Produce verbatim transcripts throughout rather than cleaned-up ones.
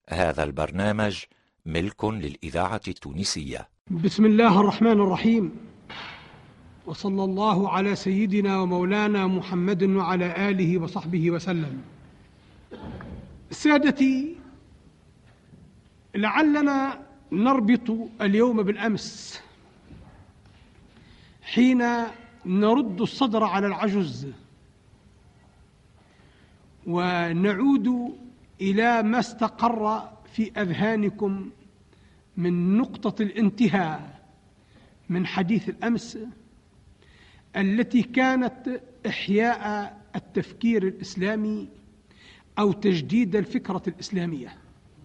هذا البرنامج ملك للإذاعة التونسية. بسم الله الرحمن الرحيم، وصلى الله على سيدنا ومولانا محمد وعلى آله وصحبه وسلم. سادتي، لعلنا نربط اليوم بالأمس حين نرد الصدر على العجز ونعود إلى ما استقر في أذهانكم من نقطة الانتهاء من حديث الأمس التي كانت إحياء التفكير الإسلامي أو تجديد الفكرة الإسلامية.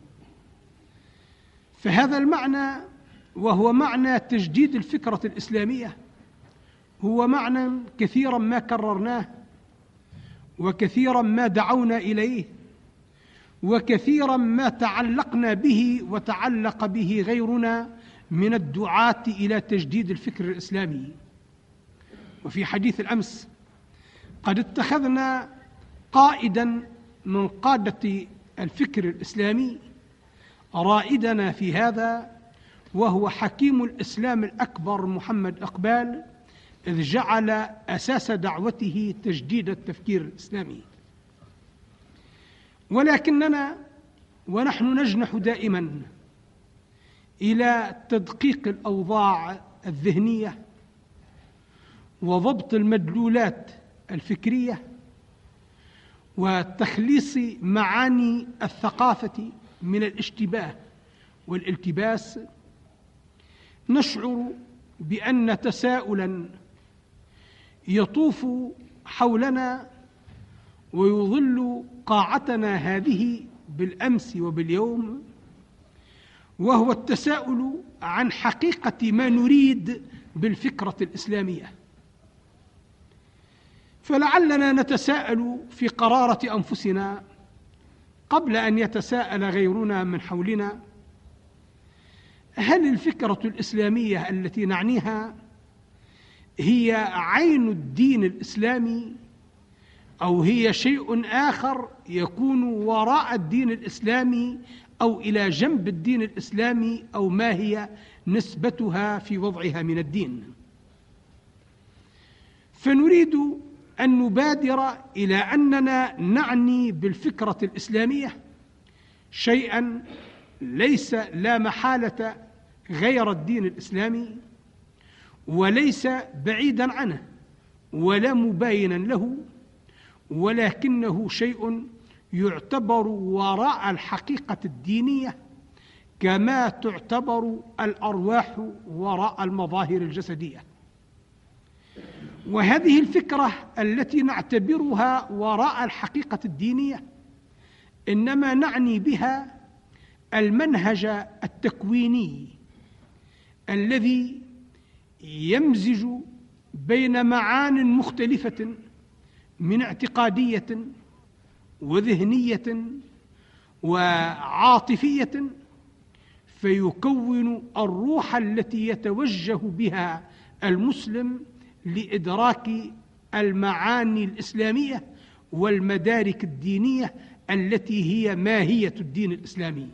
فهذا المعنى، وهو معنى تجديد الفكرة الإسلامية، هو معنى كثيرا ما كررناه وكثيرا ما دعونا إليه وكثيرا ما تعلقنا به وتعلق به غيرنا من الدعاة إلى تجديد الفكر الإسلامي. وفي حديث الأمس قد اتخذنا قائدا من قادة الفكر الإسلامي رائدنا في هذا، وهو حكيم الإسلام الأكبر محمد إقبال، إذ جعل أساس دعوته تجديد التفكير الإسلامي. ولكننا ونحن نجنح دائما إلى تدقيق الأوضاع الذهنية وضبط المدلولات الفكرية وتخليص معاني الثقافة من الاشتباه والالتباس، نشعر بأن تساؤلا يطوف حولنا ويظل قاعتنا هذه بالأمس وباليوم، وهو التساؤل عن حقيقة ما نريد بالفكرة الإسلامية. فلعلنا نتساءل في قرارة أنفسنا قبل أن يتساءل غيرنا من حولنا: هل الفكرة الإسلامية التي نعنيها هي عين الدين الإسلامي، أو هي شيء آخر يكون وراء الدين الإسلامي أو إلى جنب الدين الإسلامي، أو ما هي نسبتها في وضعها من الدين؟ فنريد أن نبادر إلى أننا نعني بالفكرة الإسلامية شيئا ليس لا محالة غير الدين الإسلامي، وليس بعيدا عنه ولا مباينا له، ولكنه شيء يعتبر وراء الحقيقة الدينية كما تعتبر الأرواح وراء المظاهر الجسدية. وهذه الفكرة التي نعتبرها وراء الحقيقة الدينية إنما نعني بها المنهج التكويني الذي يمزج بين معان مختلفة من اعتقادية وذهنية وعاطفية، فيكون الروح التي يتوجه بها المسلم لإدراك المعاني الإسلامية والمدارك الدينية التي هي ماهية الدين الإسلامي.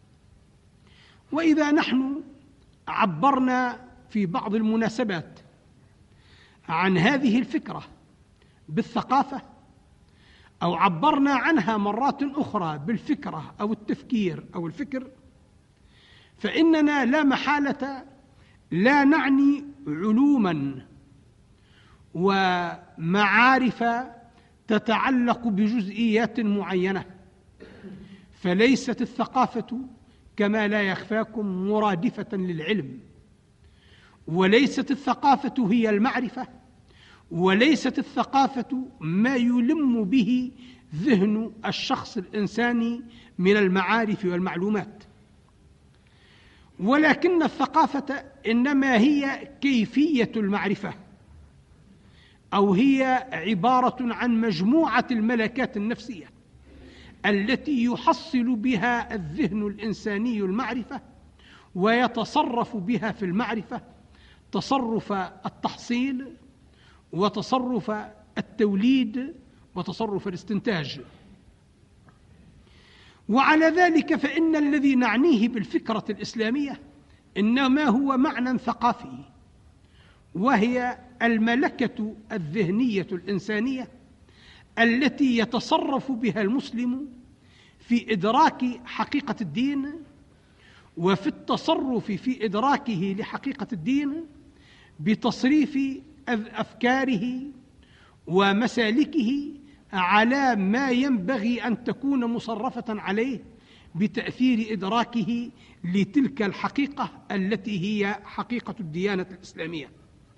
وإذا نحن عبرنا في بعض المناسبات عن هذه الفكرة بالثقافة، أو عبرنا عنها مرات أخرى بالفكرة أو التفكير أو الفكر، فإننا لا محالة لا نعني علوما ومعارف تتعلق بجزئيات معينة. فليست الثقافة كما لا يخفاكم مرادفة للعلم، وليست الثقافة هي المعرفة، وليست الثقافة ما يلم به ذهن الشخص الإنساني من المعارف والمعلومات، ولكن الثقافة إنما هي كيفية المعرفة، أو هي عبارة عن مجموعة الملكات النفسية التي يحصل بها الذهن الإنساني المعرفة ويتصرف بها في المعرفة تصرف التحصيل وتصرف التوليد وتصرف الاستنتاج. وعلى ذلك فإن الذي نعنيه بالفكرة الإسلامية إنما هو معنى ثقافي، وهي الملكة الذهنية الإنسانية التي يتصرف بها المسلم في إدراك حقيقة الدين، وفي التصرف في إدراكه لحقيقة الدين بتصريف أفكاره ومسالكه على ما ينبغي أن تكون مصرفة عليه بتأثير إدراكه لتلك الحقيقة التي هي حقيقة الديانة الإسلامية.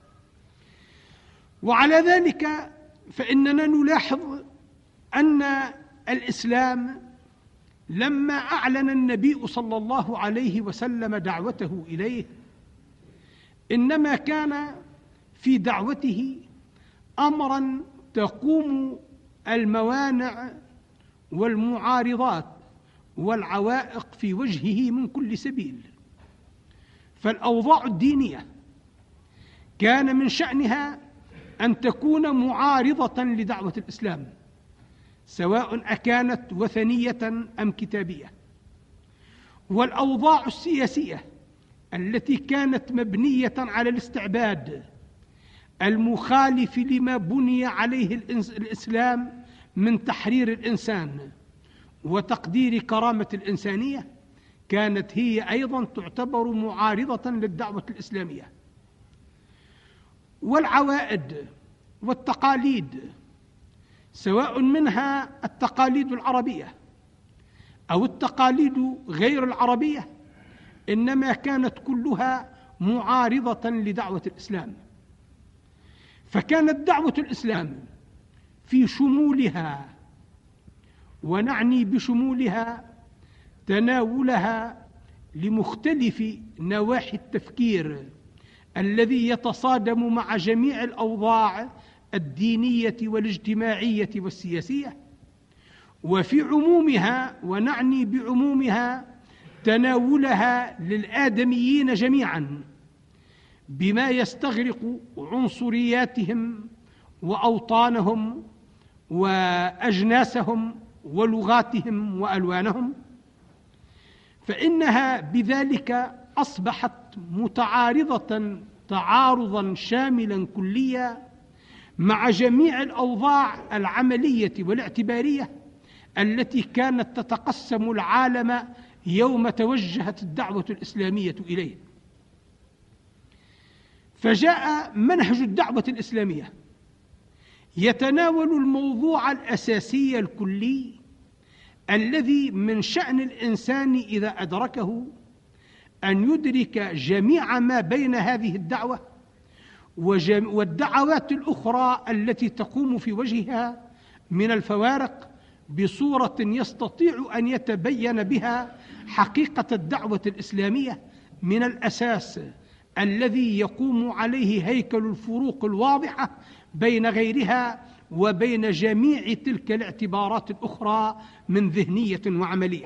وعلى ذلك فإننا نلاحظ أن الإسلام لما أعلن النبي صلى الله عليه وسلم دعوته إليه إنما كان في دعوته أمرا تقوم الموانع والمعارضات والعوائق في وجهه من كل سبيل. فالأوضاع الدينية كان من شأنها أن تكون معارضة لدعوة الإسلام، سواء أكانت وثنية أم كتابية. والأوضاع السياسية التي كانت مبنية على الاستعباد المخالف لما بني عليه الإسلام من تحرير الإنسان وتقدير كرامة الإنسانية، كانت هي أيضا تعتبر معارضة للدعوة الإسلامية. والعوائد والتقاليد، سواء منها التقاليد العربية أو التقاليد غير العربية، إنما كانت كلها معارضة لدعوة الإسلام. فكانت دعوة الإسلام في شمولها، ونعني بشمولها تناولها لمختلف نواحي التفكير الذي يتصادم مع جميع الأوضاع الدينية والاجتماعية والسياسية، وفي عمومها، ونعني بعمومها تناولها للآدميين جميعا بما يستغرق عنصرياتهم وأوطانهم وأجناسهم ولغاتهم وألوانهم، فإنها بذلك أصبحت متعارضة تعارضا شاملا كليا مع جميع الأوضاع العملية والاعتبارية التي كانت تتقسم العالم يوم توجهت الدعوة الإسلامية إليه. فجاء منهج الدعوة الإسلامية يتناول الموضوع الأساسي الكلي الذي من شأن الإنسان إذا أدركه أن يدرك جميع ما بين هذه الدعوة والدعوات الأخرى التي تقوم في وجهها من الفوارق بصورة يستطيع أن يتبين بها حقيقة الدعوة الإسلامية من الأساس الذي يقوم عليه هيكل الفروق الواضحة بين غيرها وبين جميع تلك الاعتبارات الأخرى من ذهنية وعملية.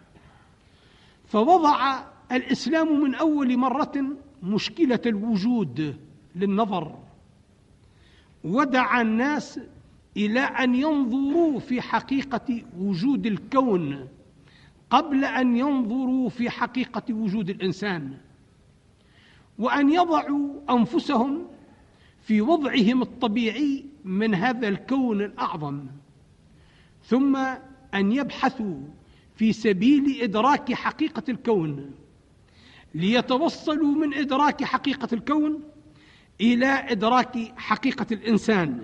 فوضع الإسلام من أول مرة مشكلة الوجود للنظر، ودعا الناس إلى أن ينظروا في حقيقة وجود الكون قبل أن ينظروا في حقيقة وجود الإنسان، وأن يضعوا أنفسهم في وضعهم الطبيعي من هذا الكون الأعظم، ثم أن يبحثوا في سبيل إدراك حقيقة الكون ليتوصلوا من إدراك حقيقة الكون إلى إدراك حقيقة الإنسان.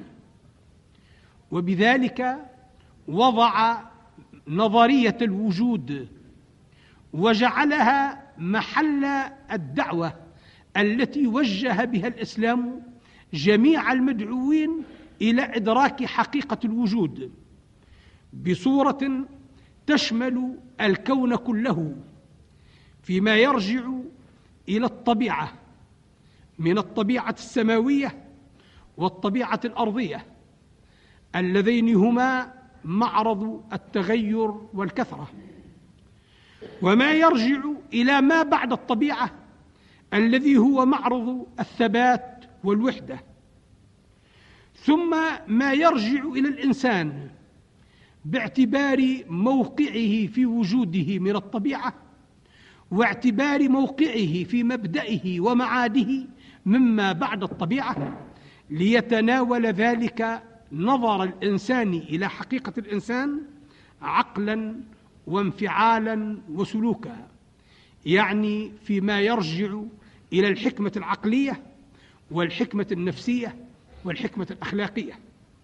وبذلك وضع نظرية الوجود وجعلها محل الدعوة التي وجه بها الإسلام جميع المدعوين إلى إدراك حقيقة الوجود بصورة تشمل الكون كله فيما يرجع إلى الطبيعة من الطبيعة السماوية والطبيعة الأرضية اللذين هما معرض التغير والكثرة، وما يرجع إلى ما بعد الطبيعة الذي هو معرض الثبات والوحدة، ثم ما يرجع إلى الإنسان باعتبار موقعه في وجوده من الطبيعة، واعتبار موقعه في مبدئه ومعاده مما بعد الطبيعة، ليتناول ذلك نظر الإنسان إلى حقيقة الإنسان عقلا وانفعالا وسلوكا، يعني فيما يرجع إلى الحكمة العقلية والحكمة النفسية والحكمة الأخلاقية.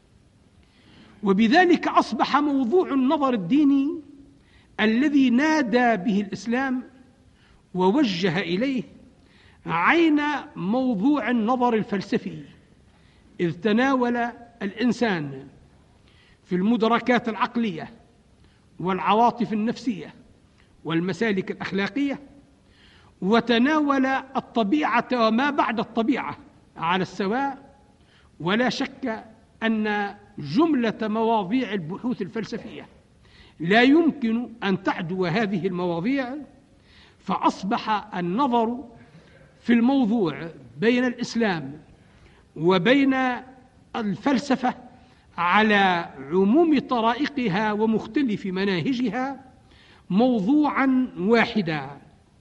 وبذلك أصبح موضوع النظر الديني الذي نادى به الإسلام ووجه إليه عين موضوع النظر الفلسفي، إذ تناول الإنسان في المدركات العقلية والعواطف النفسية والمسالك الأخلاقية، وتناول الطبيعة وما بعد الطبيعة على السواء. ولا شك أن جملة مواضيع البحوث الفلسفية لا يمكن أن تعدو هذه المواضيع، فأصبح النظر في الموضوع بين الإسلام وبين الفلسفة على عموم طرائقها ومختلف مناهجها موضوعا واحدا.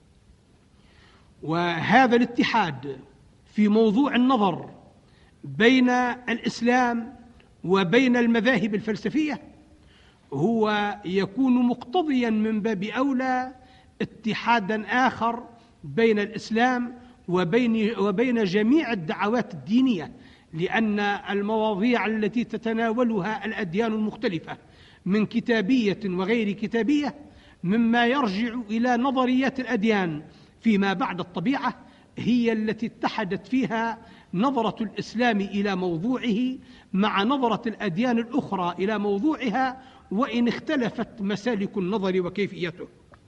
وهذا الاتحاد في موضوع النظر بين الإسلام وبين المذاهب الفلسفية هو يكون مقتضيا من باب أولى اتحادا آخر بين الإسلام وبين, وبين جميع الدعوات الدينية، لأن المواضيع التي تتناولها الأديان المختلفة من كتابية وغير كتابية مما يرجع إلى نظريات الأديان فيما بعد الطبيعة هي التي اتحدت فيها نظرة الإسلام إلى موضوعه مع نظرة الأديان الأخرى إلى موضوعها، وإن اختلفت مسالك النظر وكيفيته.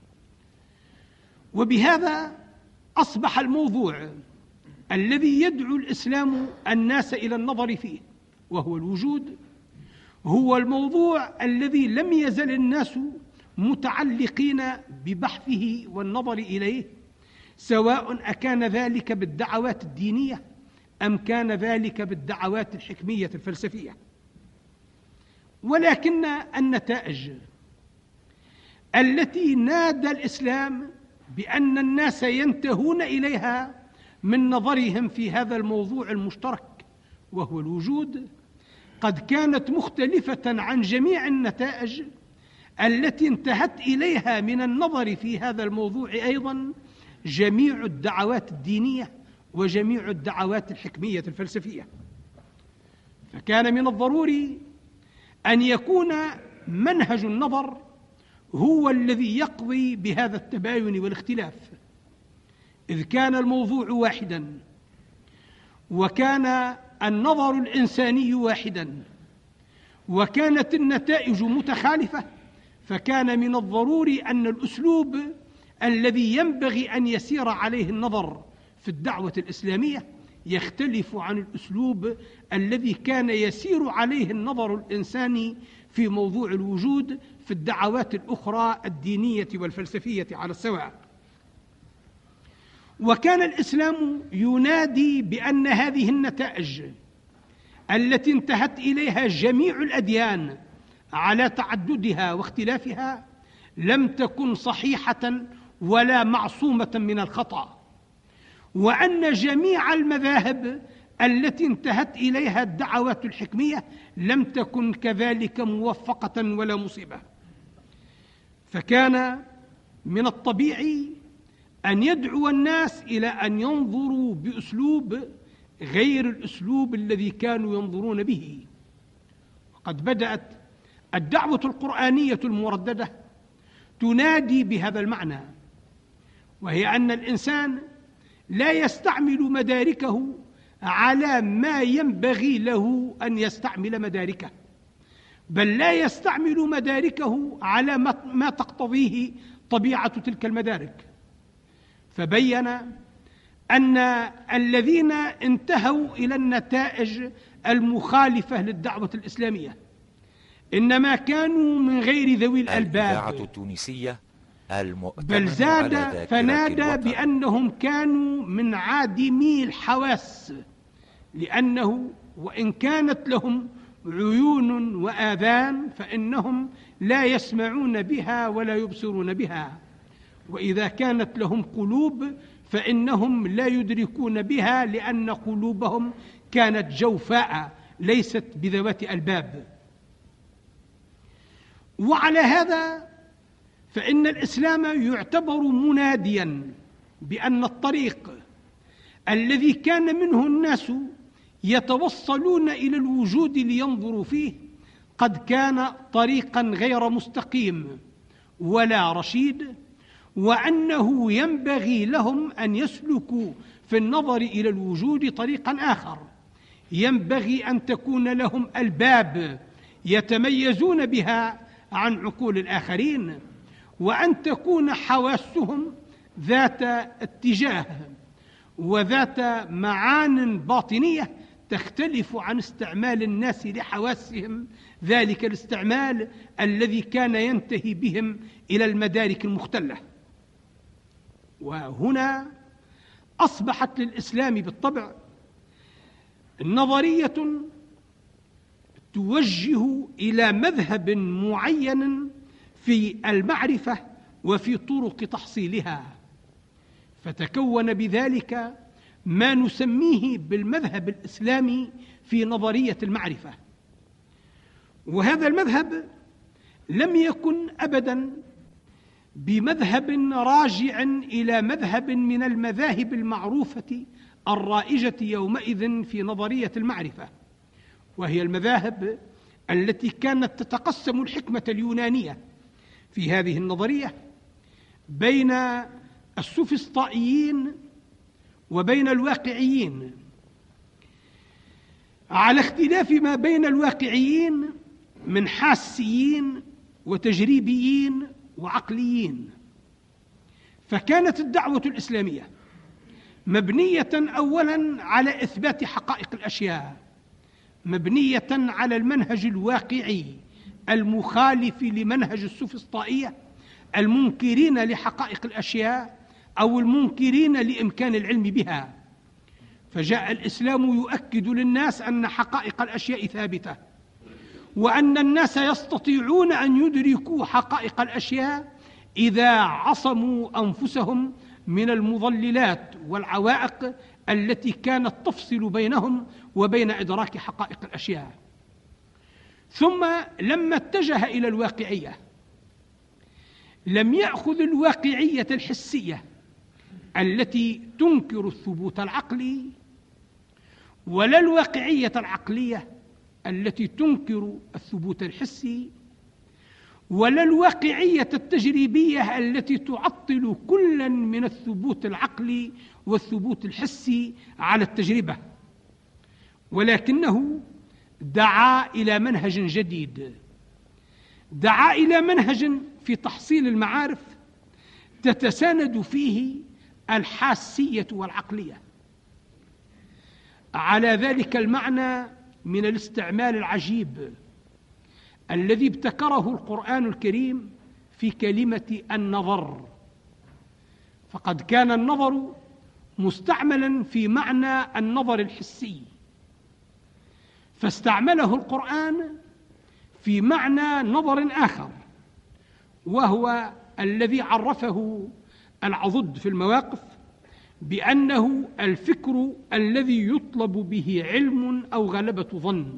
وبهذا أصبح الموضوع الذي يدعو الإسلام الناس إلى النظر فيه وهو الوجود هو الموضوع الذي لم يزل الناس متعلقين ببحثه والنظر إليه، سواء أكان ذلك بالدعوات الدينية أم كان ذلك بالدعوات الحكمية الفلسفية. ولكن النتائج التي نادى الإسلام بأن الناس ينتهون إليها من نظرهم في هذا الموضوع المشترك وهو الوجود قد كانت مختلفة عن جميع النتائج التي انتهت إليها من النظر في هذا الموضوع أيضا جميع الدعوات الدينية وجميع الدعوات الحكمية الفلسفية. فكان من الضروري أن يكون منهج النظر هو الذي يقضي بهذا التباين والاختلاف، إذ كان الموضوع واحدا وكان النظر الإنساني واحدا وكانت النتائج متخالفة، فكان من الضروري أن الأسلوب الذي ينبغي أن يسير عليه النظر في الدعوة الإسلامية يختلف عن الأسلوب الذي كان يسير عليه النظر الإنساني في موضوع الوجود في الدعوات الأخرى الدينية والفلسفية على السواء. وكان الإسلام ينادي بأن هذه النتائج التي انتهت إليها جميع الأديان على تعددها واختلافها لم تكن صحيحة ولا معصومة من الخطأ، وأن جميع المذاهب التي انتهت إليها الدعوات الحكمية لم تكن كذلك موفقة ولا مصيبة. فكان من الطبيعي أن يدعو الناس إلى أن ينظروا بأسلوب غير الأسلوب الذي كانوا ينظرون به. وقد بدأت الدعوة القرآنية المرددة تنادي بهذا المعنى، وهي أن الإنسان لا يستعمل مداركه على ما ينبغي له أن يستعمل مداركه، بل لا يستعمل مداركه على ما تقتضيه طبيعة تلك المدارك. فبين أن الذين انتهوا إلى النتائج المخالفة للدعوة الإسلامية إنما كانوا من غير ذوي الألباب، الإذاعة التونسية بل زاد فنادى بأنهم كانوا من عادمي الحواس، لأنه وإن كانت لهم عيون وآذان فإنهم لا يسمعون بها ولا يبصرون بها، وإذا كانت لهم قلوب فإنهم لا يدركون بها لأن قلوبهم كانت جوفاء ليست بذوات ألباب. وعلى هذا فإن الإسلام يعتبر مناديا بأن الطريق الذي كان منه الناس يتوصلون إلى الوجود لينظروا فيه قد كان طريقا غير مستقيم ولا رشيد، وأنه ينبغي لهم أن يسلكوا في النظر إلى الوجود طريقا آخر، ينبغي أن تكون لهم ألباب يتميزون بها عن عقول الآخرين، وأن تكون حواسهم ذات اتجاه وذات معان باطنية تختلف عن استعمال الناس لحواسهم ذلك الاستعمال الذي كان ينتهي بهم إلى المدارك المختلة. وهنا أصبحت للإسلام بالطبع نظرية توجه إلى مذهب معين في المعرفة وفي طرق تحصيلها، فتكون بذلك ما نسميه بالمذهب الإسلامي في نظرية المعرفة. وهذا المذهب لم يكن أبدا بمذهب راجع إلى مذهب من المذاهب المعروفة الرائجة يومئذ في نظرية المعرفة، وهي المذاهب التي كانت تتقسم الحكمة اليونانية في هذه النظرية بين السوفسطائيين وبين الواقعيين، على اختلاف ما بين الواقعيين من حاسيين وتجريبيين وعقليين. فكانت الدعوة الإسلامية مبنية أولا على إثبات حقائق الأشياء، مبنية على المنهج الواقعي المخالف لمنهج السوفسطائية المنكرين لحقائق الأشياء أو المنكرين لإمكان العلم بها. فجاء الإسلام يؤكد للناس أن حقائق الأشياء ثابتة، وأن الناس يستطيعون أن يدركوا حقائق الأشياء إذا عصموا أنفسهم من المضللات والعوائق التي كانت تفصل بينهم وبين إدراك حقائق الأشياء. ثم لما اتجه إلى الواقعية لم يأخذ الواقعية الحسية التي تنكر الثبوت العقلي، ولا الواقعية العقلية التي تنكر الثبوت الحسي، ولا الواقعية التجريبية التي تعطل كلا من الثبوت العقلي والثبوت الحسي على التجربة، ولكنه دعا إلى منهج جديد، دعا إلى منهج في تحصيل المعارف تتساند فيه الحاسية والعقلية. على ذلك المعنى من الاستعمال العجيب الذي ابتكره القرآن الكريم في كلمة النظر، فقد كان النظر مستعملا في معنى النظر الحسي، فاستعمله القرآن في معنى نظر آخر، وهو الذي عرفه العضد في المواقف بأنه الفكر الذي يطلب به علم أو غلبة ظن.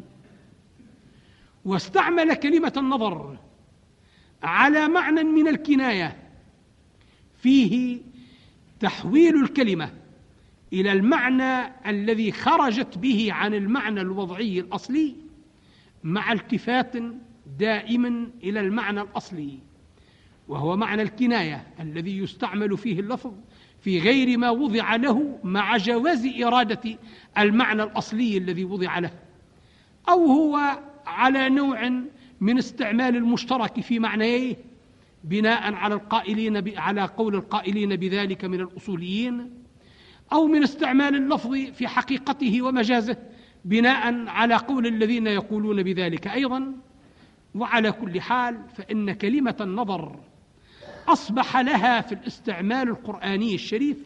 واستعمل كلمة النظر على معنى من الكناية فيه تحويل الكلمة إلى المعنى الذي خرجت به عن المعنى الوضعي الأصلي، مع التفات دائما إلى المعنى الأصلي، وهو معنى الكناية الذي يستعمل فيه اللفظ في غير ما وضع له مع جواز إرادة المعنى الأصلي الذي وضع له، أو هو على نوع من استعمال المشترك في معنيه بناء على القائلين على قول القائلين بذلك من الأصوليين، أو من استعمال اللفظ في حقيقته ومجازه بناء على قول الذين يقولون بذلك أيضا. وعلى كل حال فإن كلمة النظر أصبح لها في الاستعمال القرآني الشريف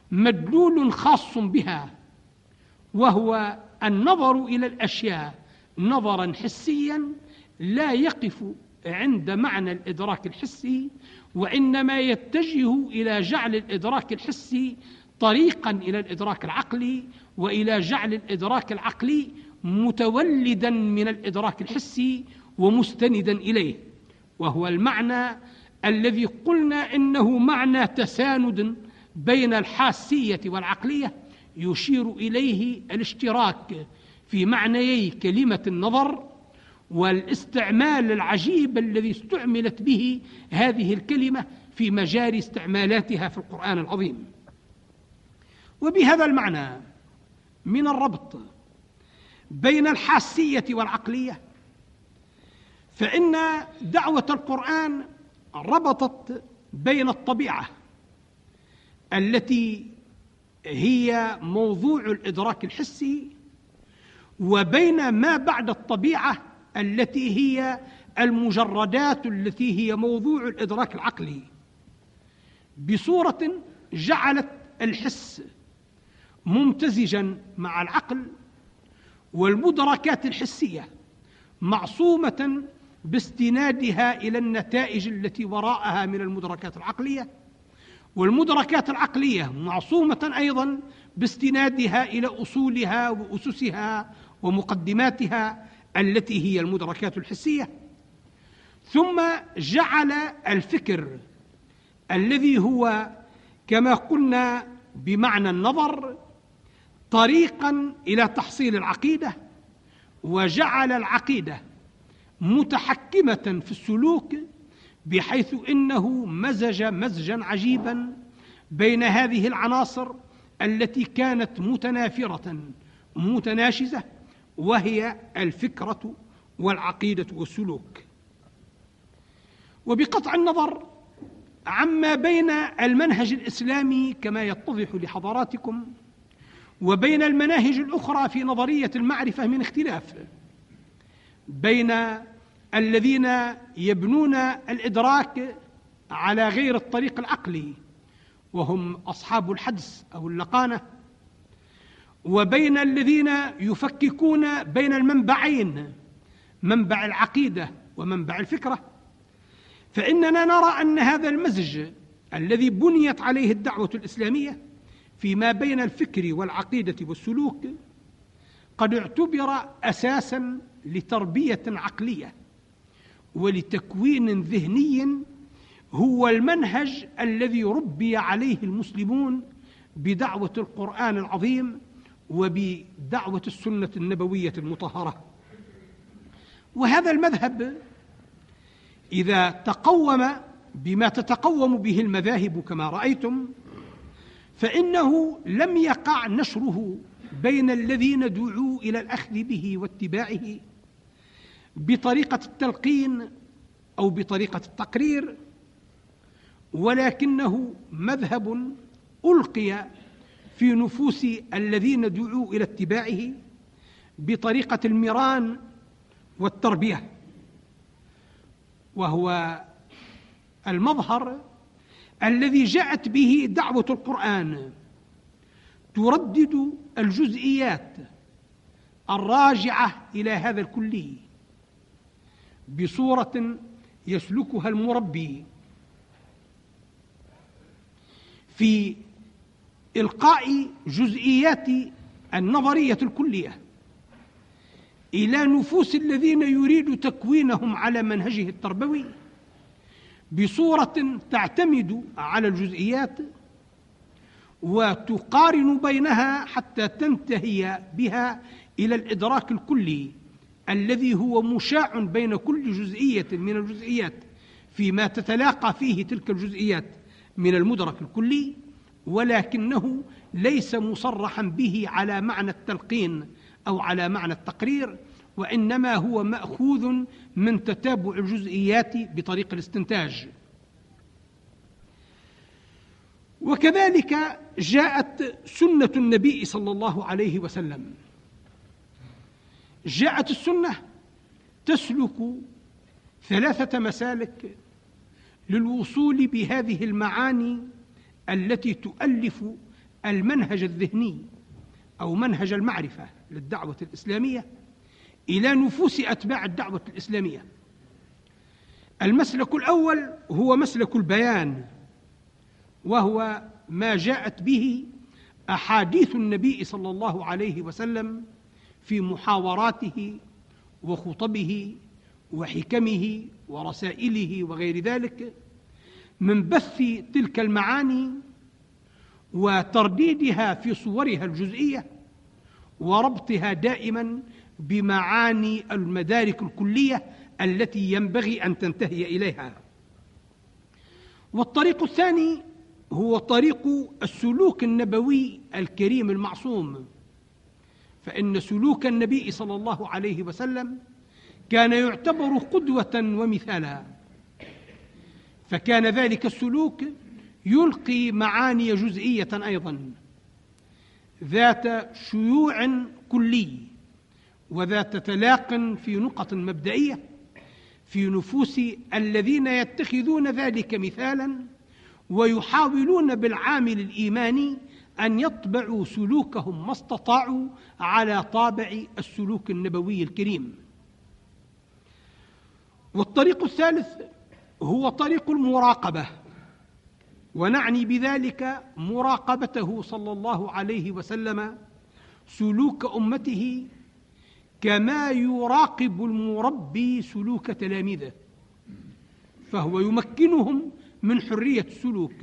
مدلول خاص بها، وهو النظر إلى الأشياء نظرا حسيا لا يقف عند معنى الإدراك الحسي، وإنما يتجه إلى جعل الإدراك الحسي طريقا إلى الإدراك العقلي، وإلى جعل الإدراك العقلي متولدا من الإدراك الحسي ومستندا إليه، وهو المعنى الذي قلنا إنه معنى تساند بين الحاسية والعقلية، يشير إليه الاشتراك في معنيي كلمة النظر والاستعمال العجيب الذي استعملت به هذه الكلمة في مجاري استعمالاتها في القرآن العظيم. وبهذا المعنى من الربط بين الحاسية والعقلية، فإن دعوة القرآن ربطت بين الطبيعة التي هي موضوع الإدراك الحسي وبين ما بعد الطبيعة التي هي المجردات التي هي موضوع الإدراك العقلي، بصورة جعلت الحس ممتزجا مع العقل، والمدركات الحسية معصومة باستنادها إلى النتائج التي وراءها من المدركات العقلية، والمدركات العقلية معصومة أيضا باستنادها إلى أصولها وأسسها ومقدماتها التي هي المدركات الحسية. ثم جعل الفكر الذي هو كما قلنا بمعنى النظر طريقا إلى تحصيل العقيدة، وجعل العقيدة متحكمة في السلوك، بحيث إنه مزج مزجا عجيبا بين هذه العناصر التي كانت متنافرة متناشزة، وهي الفكرة والعقيدة والسلوك. وبقطع النظر عما بين المنهج الإسلامي كما يتضح لحضراتكم وبين المناهج الأخرى في نظرية المعرفة من اختلاف بين الذين يبنون الإدراك على غير الطريق العقلي وهم أصحاب الحدس أو اللقانة، وبين الذين يفككون بين المنبعين، منبع العقيدة ومنبع الفكرة. فإننا نرى أن هذا المزج الذي بنيت عليه الدعوة الإسلامية فيما بين الفكر والعقيدة والسلوك قد اعتبر أساسا لتربية عقلية ولتكوين ذهني هو المنهج الذي ربي عليه المسلمون بدعوة القرآن العظيم وبدعوة السنة النبوية المطهرة. وهذا المذهب إذا تقوم بما تتقوم به المذاهب كما رأيتم، فإنه لم يقع نشره بين الذين دعوا إلى الأخذ به واتباعه بطريقة التلقين أو بطريقة التقرير، ولكنه مذهب ألقي في نفوس الذين دعوا إلى اتباعه بطريقة المران والتربية، وهو المظهر الذي جاءت به دعوة القرآن تردد الجزئيات الراجعة إلى هذا الكلي بصورة يسلكها المربي في إلقاء جزئيات النظرية الكلية إلى نفوس الذين يريد تكوينهم على منهجه التربوي بصورة تعتمد على الجزئيات وتقارن بينها حتى تنتهي بها إلى الإدراك الكلي الذي هو مشاع بين كل جزئية من الجزئيات فيما تتلاقى فيه تلك الجزئيات من المدرك الكلي، ولكنه ليس مصرحا به على معنى التلقين أو على معنى التقرير، وإنما هو مأخوذ من تتابع الجزئيات بطريق الاستنتاج. وكذلك جاءت سنة النبي صلى الله عليه وسلم، جاءت السنة تسلك ثلاثة مسالك للوصول بهذه المعاني التي تؤلف المنهج الذهني أو منهج المعرفة للدعوة الإسلامية إلى نفوس أتباع الدعوة الإسلامية. المسلك الأول هو مسلك البيان، وهو ما جاءت به أحاديث النبي صلى الله عليه وسلم في محاوراته وخطبه وحكمه ورسائله وغير ذلك، من بث تلك المعاني وترديدها في صورها الجزئية وربطها دائما بمعاني المدارك الكلية التي ينبغي أن تنتهي إليها. والطريق الثاني هو طريق السلوك النبوي الكريم المعصوم، فإن سلوك النبي صلى الله عليه وسلم كان يعتبر قدوة ومثالا، فكان ذلك السلوك يلقي معاني جزئية أيضا ذات شيوع كلي وذات تلاق في نقط مبدئية في نفوس الذين يتخذون ذلك مثالا ويحاولون بالعامل الإيماني أن يطبعوا سلوكهم ما استطاعوا على طابع السلوك النبوي الكريم. والطريق الثالث هو طريق المراقبة، ونعني بذلك مراقبته صلى الله عليه وسلم سلوك أمته كما يراقب المربي سلوك تلاميذه، فهو يمكنهم من حرية السلوك،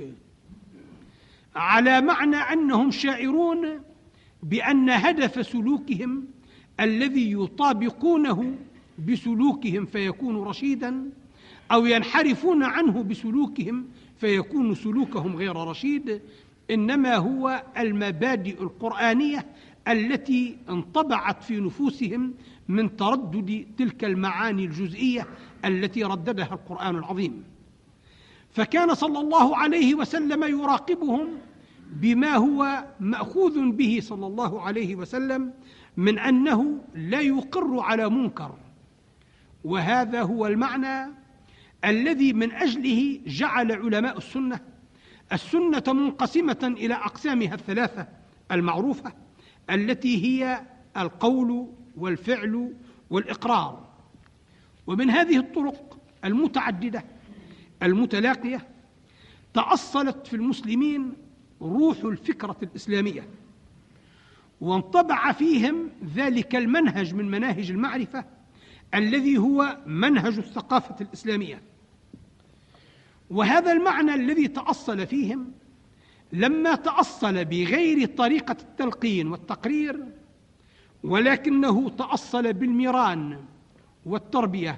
على معنى أنهم شاعرون بأن هدف سلوكهم الذي يطابقونه بسلوكهم فيكون رشيدا، أو ينحرفون عنه بسلوكهم فيكون سلوكهم غير رشيد، إنما هو المبادئ القرآنية التي انطبعت في نفوسهم من تردد تلك المعاني الجزئية التي رددها القرآن العظيم. فكان صلى الله عليه وسلم يراقبهم بما هو مأخوذ به صلى الله عليه وسلم من أنه لا يقر على منكر، وهذا هو المعنى الذي من أجله جعل علماء السنة السنة منقسمة إلى أقسامها الثلاثة المعروفة، التي هي القول والفعل والإقرار. ومن هذه الطرق المتعددة المتلاقية تأصلت في المسلمين روح الفكرة الإسلامية، وانطبع فيهم ذلك المنهج من مناهج المعرفة الذي هو منهج الثقافة الإسلامية. وهذا المعنى الذي تأصل فيهم لما تأصل بغير طريقة التلقين والتقرير، ولكنه تأصل بالميران والتربية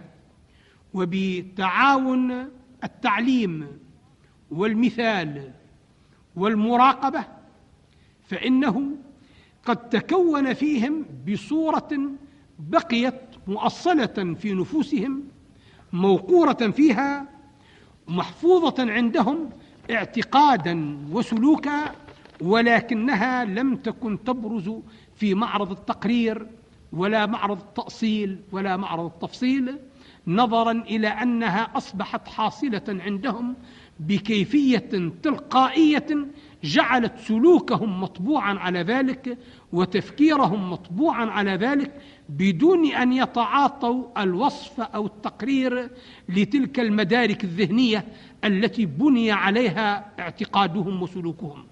وبتعاون التعليم والمثال والمراقبة، فإنه قد تكون فيهم بصورة بقيت مؤصلة في نفوسهم، موقورة فيها، محفوظة عندهم اعتقادا وسلوكا، ولكنها لم تكن تبرز في معرض التقرير ولا معرض التأصيل ولا معرض التفصيل، نظرا إلى أنها أصبحت حاصلة عندهم بكيفية تلقائية جعلت سلوكهم مطبوعا على ذلك وتفكيرهم مطبوعا على ذلك بدون أن يتعاطوا الوصف أو التقرير لتلك المدارك الذهنية التي بني عليها اعتقادهم وسلوكهم.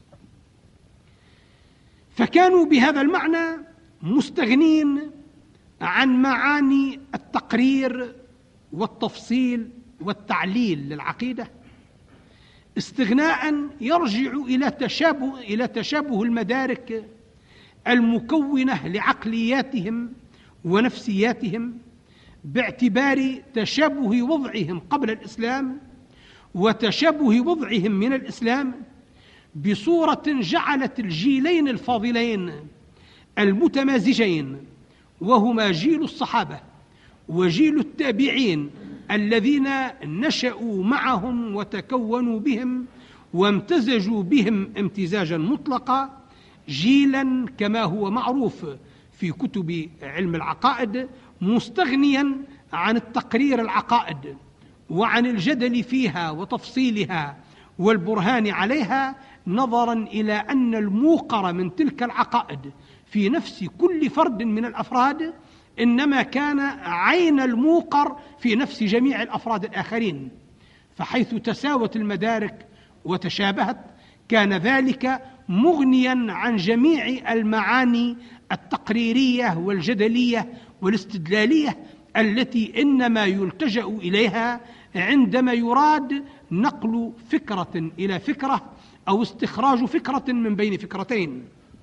فكانوا بهذا المعنى مستغنين عن معاني التقرير والتفصيل والتعليل للعقيدة، استغناء يرجع إلى تشابه إلى تشابه المدارك المكونة لعقلياتهم ونفسياتهم باعتبار تشابه وضعهم قبل الإسلام وتشابه وضعهم من الإسلام، بصورة جعلت الجيلين الفاضلين المتمازجين وهما جيل الصحابة وجيل التابعين الذين نشأوا معهم وتكونوا بهم وامتزجوا بهم امتزاجا مطلقا، جيلا كما هو معروف في كتب علم العقائد مستغنيا عن التقرير العقائد وعن الجدل فيها وتفصيلها والبرهان عليها، نظرا إلى أن الموقر من تلك العقائد في نفس كل فرد من الأفراد إنما كان عين الموقر في نفس جميع الأفراد الآخرين، فحيث تساوت المدارك وتشابهت كان ذلك مغنيا عن جميع المعاني التقريرية والجدلية والاستدلالية التي إنما يلتجأ إليها عندما يراد نقل فكرة إلى فكرة أو استخراج فكرة من بين فكرتين.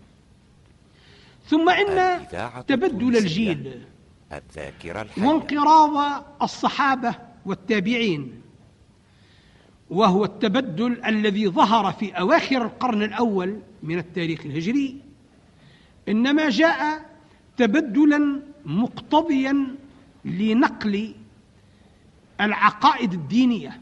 ثم إن تبدل الجيل وانقراض الصحابة والتابعين، وهو التبدل الذي ظهر في أواخر القرن الأول من التاريخ الهجري، إنما جاء تبدلا مقتضيا لنقل العقائد الدينية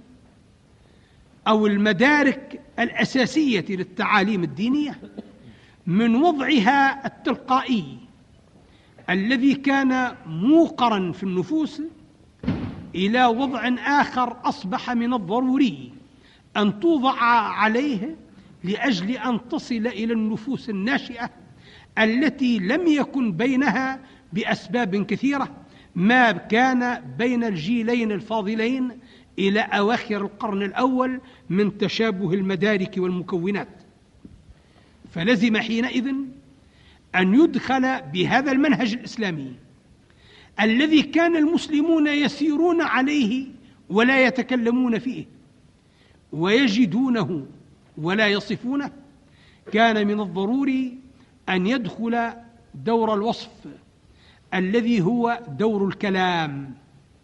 أو المدارك الأساسية للتعاليم الدينية من وضعها التلقائي الذي كان موقرا في النفوس إلى وضع آخر أصبح من الضروري أن توضع عليه لأجل أن تصل إلى النفوس الناشئة التي لم يكن بينها بأسباب كثيرة ما كان بين الجيلين الفاضلين إلى أواخر القرن الأول من تشابه المدارك والمكونات. فلزم حينئذ أن يدخل بهذا المنهج الإسلامي الذي كان المسلمون يسيرون عليه ولا يتكلمون فيه ويجدونه ولا يصفونه، كان من الضروري أن يدخل دور الوصف الذي هو دور الكلام.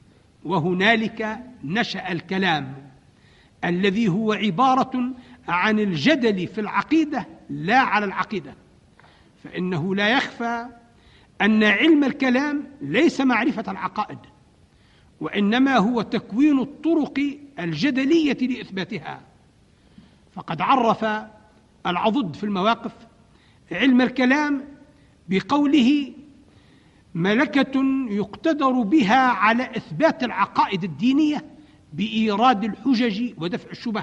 وهنالك نشأ الكلام الذي هو عبارة عن الجدل في العقيدة لا على العقيدة، فإنه لا يخفى أن علم الكلام ليس معرفة العقائد، وإنما هو تكوين الطرق الجدلية لإثباتها. فقد عرف العضد في المواقف علم الكلام بقوله ملكة يقتدر بها على إثبات العقائد الدينية بإيراد الحجج ودفع الشبه.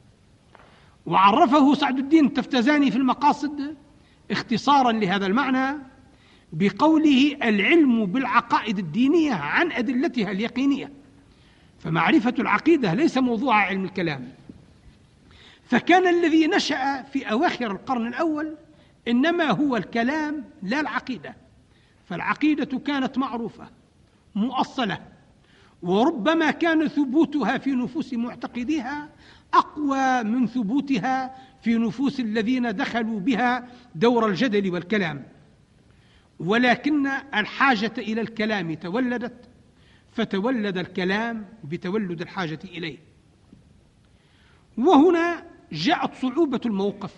وعرفه سعد الدين التفتزاني في المقاصد اختصارا لهذا المعنى بقوله العلم بالعقائد الدينية عن أدلتها اليقينية. فمعرفة العقيدة ليس موضوع علم الكلام. فكان الذي نشأ في أواخر القرن الأول إنما هو الكلام لا العقيدة، فالعقيدة كانت معروفة مؤصلة، وربما كان ثبوتها في نفوس معتقديها أقوى من ثبوتها في نفوس الذين دخلوا بها دور الجدل والكلام. ولكن الحاجة إلى الكلام تولدت، فتولد الكلام بتولد الحاجة إليه. وهنا جاءت صعوبة الموقف،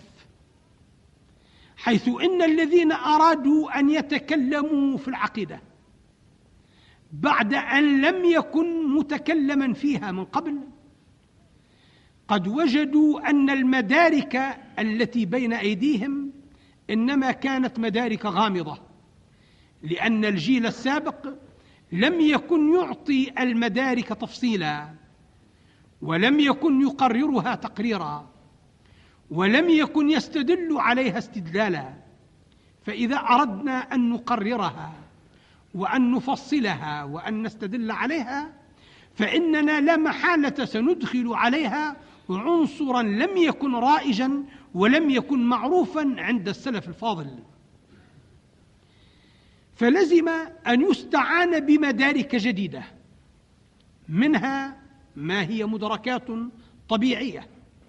حيث إن الذين أرادوا أن يتكلموا في العقيدة بعد أن لم يكن متكلما فيها من قبل قد وجدوا أن المدارك التي بين أيديهم إنما كانت مدارك غامضة، لأن الجيل السابق لم يكن يعطي المدارك تفصيلا، ولم يكن يقررها تقريرا، ولم يكن يستدل عليها استدلالا. فإذا أردنا أن نقررها وأن نفصلها وأن نستدل عليها فإننا لا محالة سندخل عليها عنصرا لم يكن رائجا ولم يكن معروفا عند السلف الفاضل. فلزم أن يستعان بمدارك جديدة، منها ما هي مدركات طبيعية،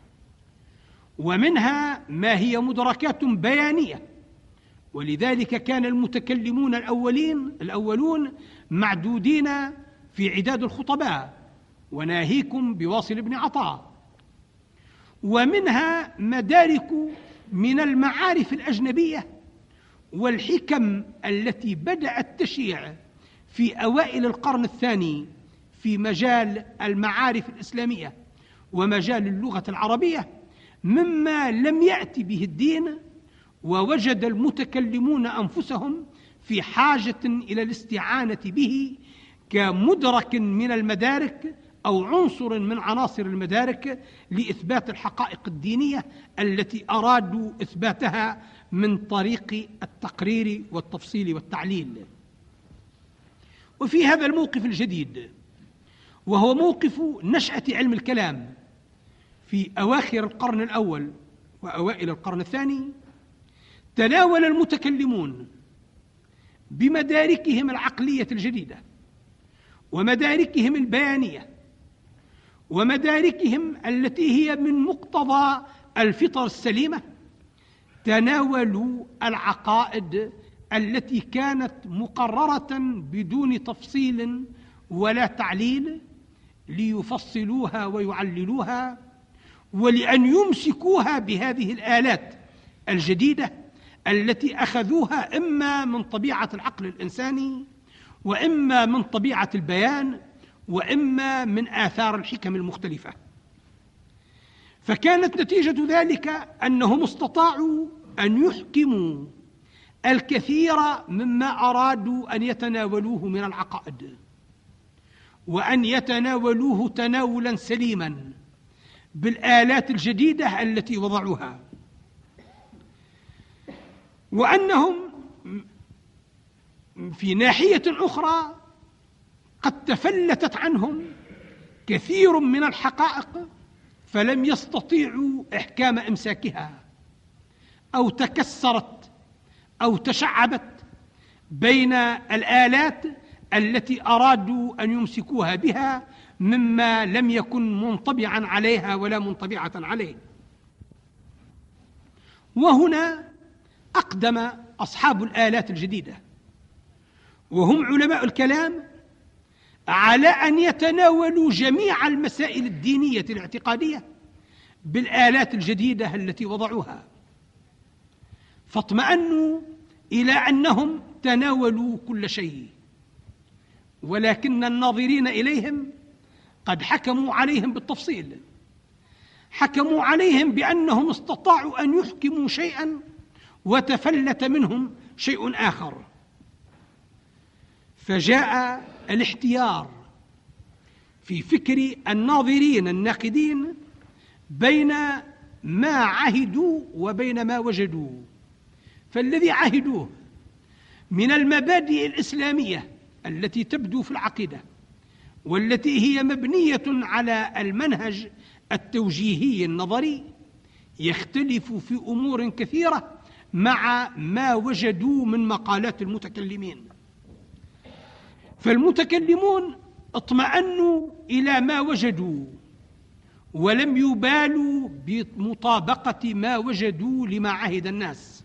ومنها ما هي مدركات بيانية. ولذلك كان المتكلمون الأولين الأولون معدودين في عداد الخطباء، وناهيكم بواصل بن عطاء. ومنها مدارك من المعارف الأجنبية والحكم التي بدأت تشيع في أوائل القرن الثاني في مجال المعارف الإسلامية ومجال اللغة العربية، مما لم يأتي به الدين، ووجد المتكلمون أنفسهم في حاجة إلى الاستعانة به كمدرك من المدارك أو عنصر من عناصر المدارك لإثبات الحقائق الدينية التي أرادوا إثباتها من طريق التقرير والتفصيل والتعليل. وفي هذا الموقف الجديد، وهو موقف نشأة علم الكلام في أواخر القرن الأول وأوائل القرن الثاني، تناول المتكلمون بمداركهم العقلية الجديدة ومداركهم البيانية ومداركهم التي هي من مقتضى الفطر السليمة، تناولوا العقائد التي كانت مقررة بدون تفصيل ولا تعليل ليفصلوها ويعللوها، ولأن يمسكوها بهذه الآلات الجديدة التي أخذوها إما من طبيعة العقل الإنساني، وإما من طبيعة البيان، وإما من آثار الحكم المختلفة. فكانت نتيجة ذلك أنهم استطاعوا أن يحكموا الكثير مما أرادوا أن يتناولوه من العقائد، وأن يتناولوه تناولا سليما بالآلات الجديدة التي وضعوها، وأنهم في ناحية أخرى قد تفلتت عنهم كثير من الحقائق فلم يستطيعوا إحكام إمساكها، أو تكسرت أو تشعبت بين الآلات التي أرادوا أن يمسكوها بها مما لم يكن منطبعا عليها ولا منطبعة عليه. وهنا أقدم أصحاب الآلات الجديدة وهم علماء الكلام على أن يتناولوا جميع المسائل الدينية الاعتقادية بالآلات الجديدة التي وضعوها، فاطمأنوا إلى أنهم تناولوا كل شيء، ولكن الناظرين إليهم قد حكموا عليهم بالتفصيل، حكموا عليهم بأنهم استطاعوا أن يحكموا شيئا وتفلت منهم شيء آخر. فجاء الاحتيار في فكر الناظرين الناقدين بين ما عهدوا وبين ما وجدوا. فالذي عهدوه من المبادئ الإسلامية التي تبدو في العقيدة والتي هي مبنية على المنهج التوجيهي النظري يختلف في أمور كثيرة مع ما وجدوا من مقالات المتكلمين. فالمتكلمون اطمأنوا إلى ما وجدوا ولم يبالوا بمطابقة ما وجدوا لما عهد الناس،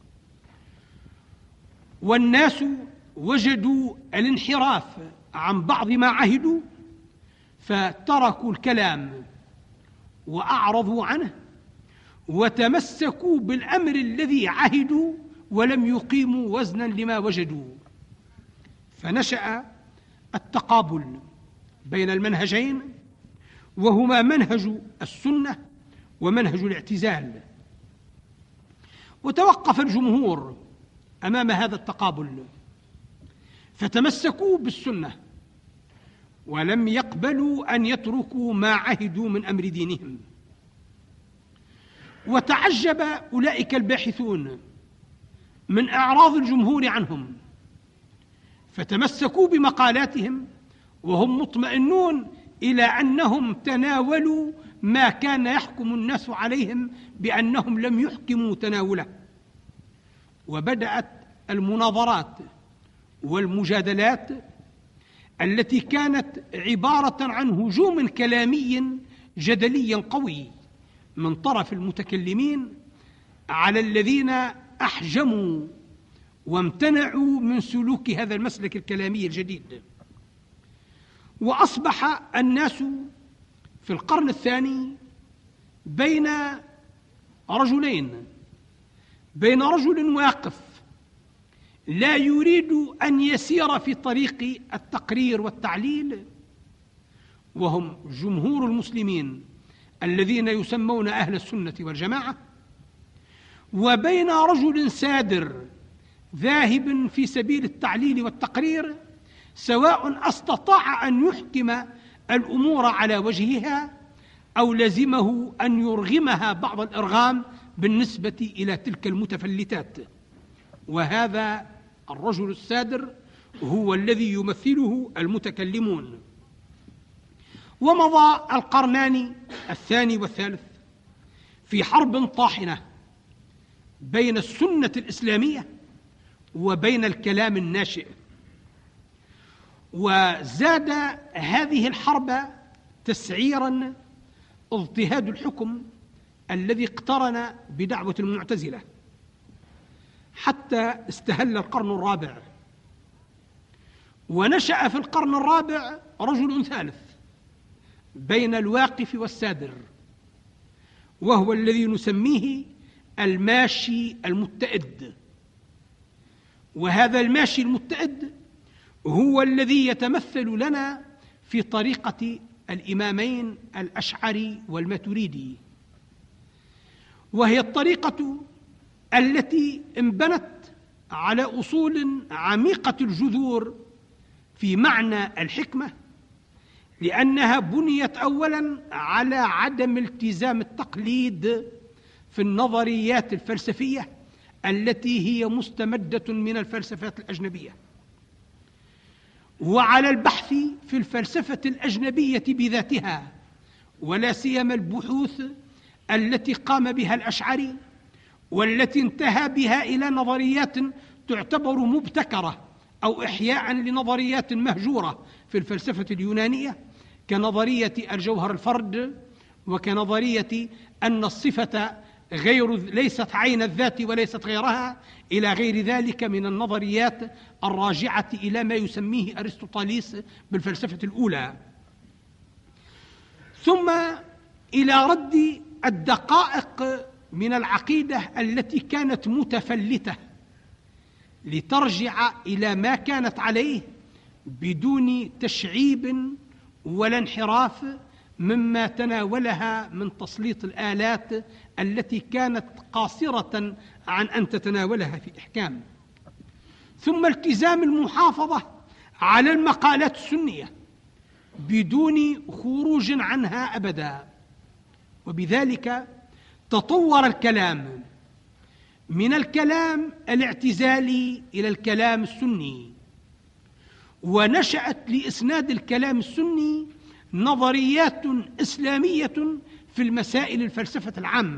والناس وجدوا الانحراف عن بعض ما عهدوا فتركوا الكلام وأعرضوا عنه وتمسكوا بالأمر الذي عهدوا ولم يقيموا وزنا لما وجدوا، فنشأ التقابل بين المنهجين، وهما منهج السنة ومنهج الاعتزال. وتوقف الجمهور أمام هذا التقابل فتمسكوا بالسنة ولم يقبلوا أن يتركوا ما عهدوا من أمر دينهم. وتعجب أولئك الباحثون من إعراض الجمهور عنهم، فتمسكوا بمقالاتهم وهم مطمئنون إلى أنهم تناولوا ما كان يحكم الناس عليهم بأنهم لم يحكموا تناوله. وبدأت المناظرات والمجادلات التي كانت عبارة عن هجوم كلامي جدلي قوي من طرف المتكلمين على الذين أحجموا وامتنعوا من سلوك هذا المسلك الكلامي الجديد. وأصبح الناس في القرن الثاني بين رجلين، بين رجل واقف لا يريد أن يسير في طريق التقرير والتعليل، وهم جمهور المسلمين الذين يسمون أهل السنة والجماعة، وبين رجل سادر ذاهب في سبيل التعليل والتقرير، سواء استطاع أن يحكم الأمور على وجهها أو لزمه أن يرغمها بعض الإرغام بالنسبة إلى تلك المتفلتات. وهذا الرجل السادر هو الذي يمثله المتكلمون. ومضى القرنان الثاني والثالث في حرب طاحنة بين السنة الإسلامية وبين الكلام الناشئ، وزاد هذه الحرب تسعيرا اضطهاد الحكم الذي اقترن بدعوة المعتزلة، حتى استهل القرن الرابع. ونشأ في القرن الرابع رجل ثالث بين الواقف والسادر، وهو الذي نسميه الماشي المتئد. وهذا الماشي المتئد هو الذي يتمثل لنا في طريقة الإمامين الأشعري والماتريدي، وهي الطريقة التي انبنت على أصول عميقة الجذور في معنى الحكمة، لأنها بنيت أولا على عدم التزام التقليد في النظريات الفلسفية التي هي مستمدة من الفلسفات الأجنبية، وعلى البحث في الفلسفة الأجنبية بذاتها، ولا سيما البحوث التي قام بها الأشعري والتي انتهى بها إلى نظريات تعتبر مبتكرة أو إحياء لنظريات مهجورة في الفلسفة اليونانية، كنظرية الجوهر الفرد، وكنظرية أن الصفة غير ليست عين الذات وليست غيرها، إلى غير ذلك من النظريات الراجعة إلى ما يسميه أرسطوطاليس بالفلسفة الأولى. ثم إلى رد الدقائق من العقيدة التي كانت متفلتة لترجع إلى ما كانت عليه بدون تشعيب ولا انحراف مما تناولها من تسليط الآلات التي كانت قاصرة عن أن تتناولها في إحكام. ثم التزام المحافظة على المقالات السنية بدون خروج عنها أبدا. وبذلك تطور الكلام من الكلام الاعتزالي إلى الكلام السني، ونشأت لإسناد الكلام السني نظريات إسلامية في المسائل الفلسفة العامة.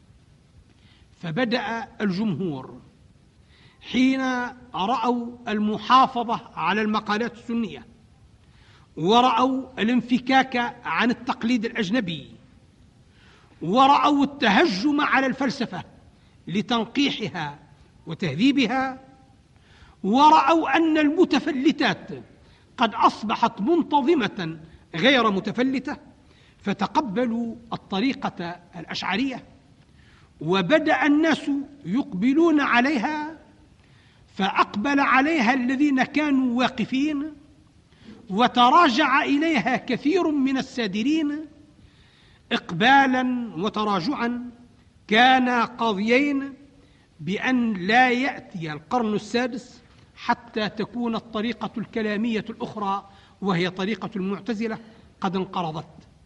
فبدأ الجمهور حين رأوا المحافظة على المقالات السنية ورأوا الانفكاك عن التقليد الأجنبي ورأوا التهجم على الفلسفة لتنقيحها وتهذيبها، ورأوا أن المتفلتات قد أصبحت منتظمة غير متفلتة، فتقبلوا الطريقة الأشعرية وبدأ الناس يقبلون عليها، فأقبل عليها الذين كانوا واقفين وتراجع إليها كثير من السادرين إقبالا وتراجعا. كان قاضيين بأن لا يأتي القرن السادس حتى تكون الطريقة الكلامية الأخرى وهي طريقة المعتزلة قد انقرضت.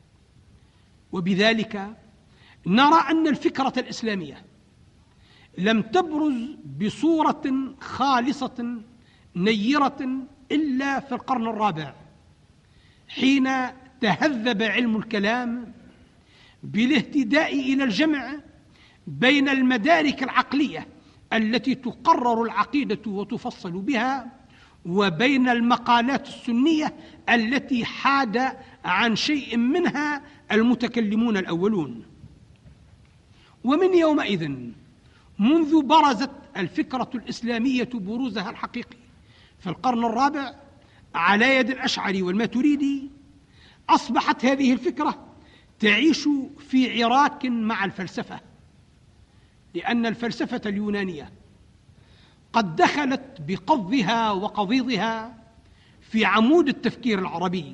وبذلك نرى أن الفكرة الإسلامية لم تبرز بصورة خالصة نيرة إلا في القرن الرابع، حين تهذب علم الكلام بالاهتداء إلى الجمع بين المدارك العقلية التي تقرر العقيدة وتفصل بها، وبين المقالات السنية التي حاد عن شيء منها المتكلمون الأولون. ومن يومئذ منذ برزت الفكرة الإسلامية بروزها الحقيقي في القرن الرابع على يد الأشعري والماتريدي، أصبحت هذه الفكرة تعيش في عراك مع الفلسفة، لأن الفلسفة اليونانية قد دخلت بقضها وقضيضها في عمود التفكير العربي.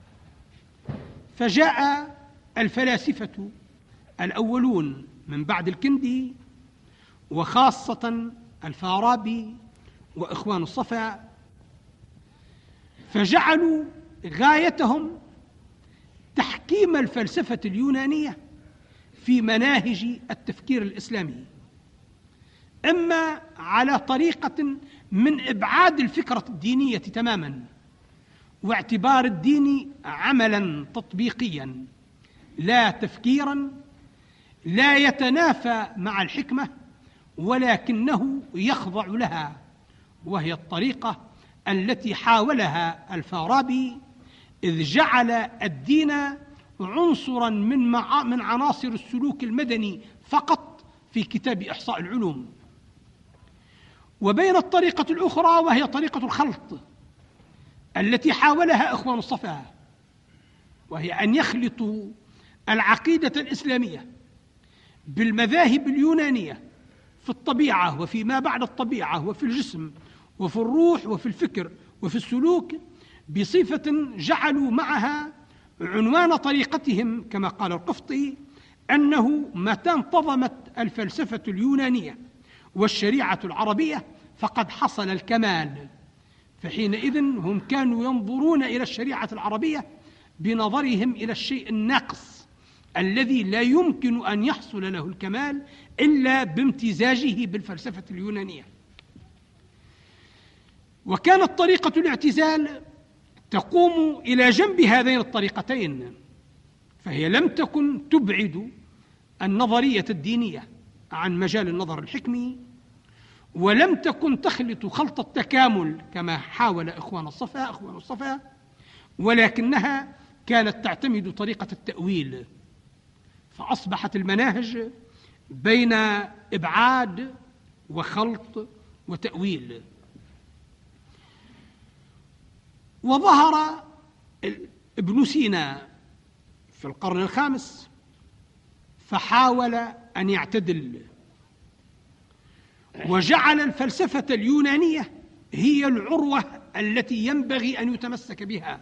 فجاء الفلاسفة الأولون من بعد الكندي، وخاصة الفارابي وإخوان الصفا، فجعلوا غايتهم تحكيم الفلسفة اليونانية في مناهج التفكير الإسلامي، إما على طريقة من إبعاد الفكرة الدينية تماما واعتبار الدين عملا تطبيقيا لا تفكيرا لا يتنافى مع الحكمة ولكنه يخضع لها، وهي الطريقة التي حاولها الفارابي إذ جعل الدين عنصرا من مع من عناصر السلوك المدني فقط في كتاب إحصاء العلوم. وبين الطريقة الأخرى وهي طريقة الخلط التي حاولها إخوان الصفا، وهي أن يخلطوا العقيدة الإسلامية بالمذاهب اليونانية في الطبيعة وفي ما بعد الطبيعة وفي الجسم وفي الروح وفي الفكر وفي السلوك بصفة جعلوا معها عنوان طريقتهم كما قال القفطي أنه متى انتظمت الفلسفة اليونانية والشريعة العربية فقد حصل الكمال. فحينئذ هم كانوا ينظرون إلى الشريعة العربية بنظرهم إلى الشيء الناقص الذي لا يمكن أن يحصل له الكمال إلا بامتزاجه بالفلسفة اليونانية. وكانت طريقة الاعتزال تقوم إلى جنب هذين الطريقتين، فهي لم تكن تبعد النظرية الدينية عن مجال النظر الحكمي، ولم تكن تخلط خلط التكامل كما حاول إخوان الصفا إخوان الصفا ولكنها كانت تعتمد طريقة التأويل، فأصبحت المناهج بين إبعاد وخلط وتأويل. وظهر ابن سينا في القرن الخامس فحاول أن يعتدل وجعل الفلسفة اليونانية هي العروة التي ينبغي أن يتمسك بها،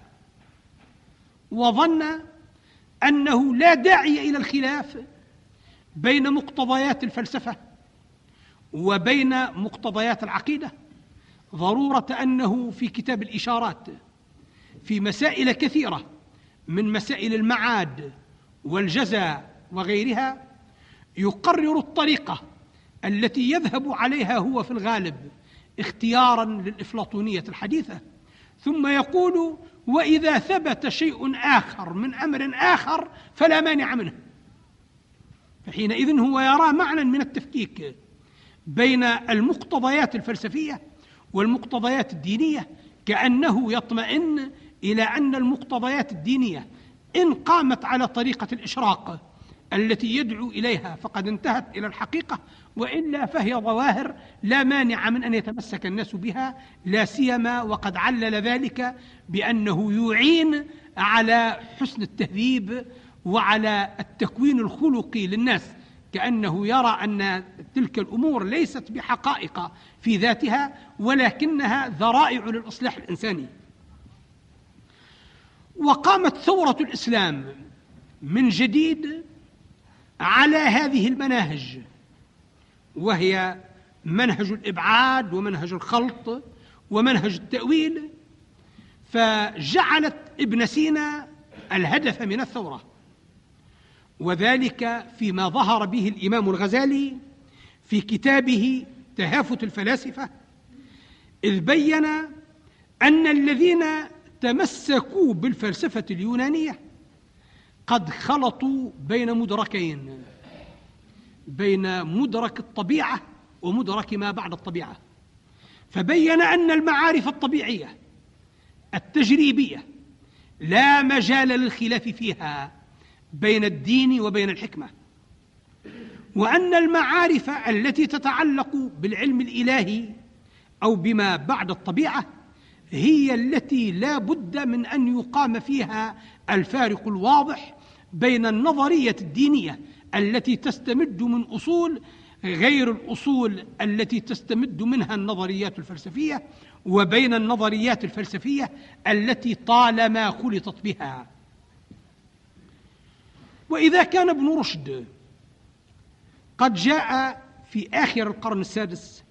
وظن أنه لا داعي إلى الخلاف بين مقتضيات الفلسفة وبين مقتضيات العقيدة، ضرورة أنه في كتاب الإشارات في مسائل كثيرة من مسائل المعاد والجزاء وغيرها يقرر الطريقة التي يذهب عليها هو في الغالب اختيارا للإفلاطونية الحديثة، ثم يقول وإذا ثبت شيء آخر من أمر آخر فلا مانع منه. فحينئذ هو يرى معنى من التفكيك بين المقتضيات الفلسفية والمقتضيات الدينية، كأنه يطمئن إلى أن المقتضيات الدينية إن قامت على طريقة الإشراق التي يدعو إليها فقد انتهت إلى الحقيقة، وإلا فهي ظواهر لا مانع من أن يتمسك الناس بها، لا سيما وقد علل ذلك بأنه يعين على حسن التهذيب وعلى التكوين الخلقي للناس، كأنه يرى أن تلك الأمور ليست بحقائق في ذاتها ولكنها ذرائع للإصلاح الإنساني. وقامت ثورة الإسلام من جديد على هذه المناهج، وهي منهج الإبعاد ومنهج الخلط ومنهج التأويل، فجعلت ابن سينا الهدف من الثورة، وذلك فيما ظهر به الإمام الغزالي في كتابه تهافت الفلاسفة، إذ بين أن الذين تمسكوا بالفلسفة اليونانية قد خلطوا بين مدركين، بين مدرك الطبيعة ومدرك ما بعد الطبيعة، فبين أن المعارف الطبيعية التجريبية لا مجال للخلاف فيها بين الدين وبين الحكمة، وأن المعارف التي تتعلق بالعلم الإلهي أو بما بعد الطبيعة هي التي لا بد من أن يقام فيها الفارق الواضح بين النظرية الدينية التي تستمد من أصول غير الأصول التي تستمد منها النظريات الفلسفية، وبين النظريات الفلسفية التي طالما خلطت بها. وإذا كان ابن رشد قد جاء في آخر القرن السادس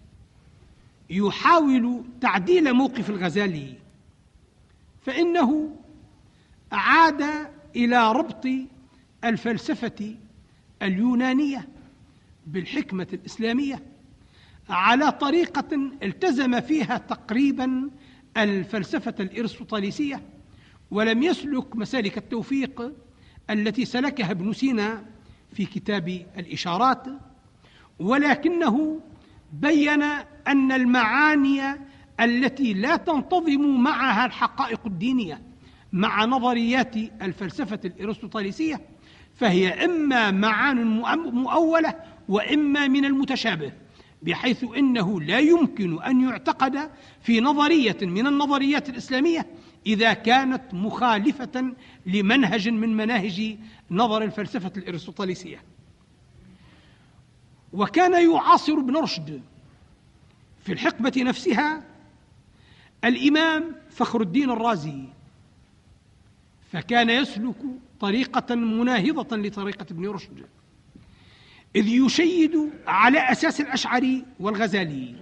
يحاول تعديل موقف الغزالي، فإنه عاد إلى ربط الفلسفة اليونانية بالحكمة الإسلامية على طريقة التزم فيها تقريبا الفلسفة الإرسطاليسية، ولم يسلك مسالك التوفيق التي سلكها ابن سينا في كتاب الإشارات، ولكنه بين أن المعاني التي لا تنتظم معها الحقائق الدينية مع نظريات الفلسفة الإرسطاليسية فهي إما معان مؤولة وإما من المتشابه، بحيث إنه لا يمكن أن يعتقد في نظرية من النظريات الإسلامية إذا كانت مخالفة لمنهج من مناهج نظر الفلسفة الإرسطاليسية. وكان يعاصر ابن رشد في الحقبة نفسها الإمام فخر الدين الرازي، فكان يسلك طريقة مناهضة لطريقة ابن رشد، إذ يشيد على أساس الأشعري والغزالي،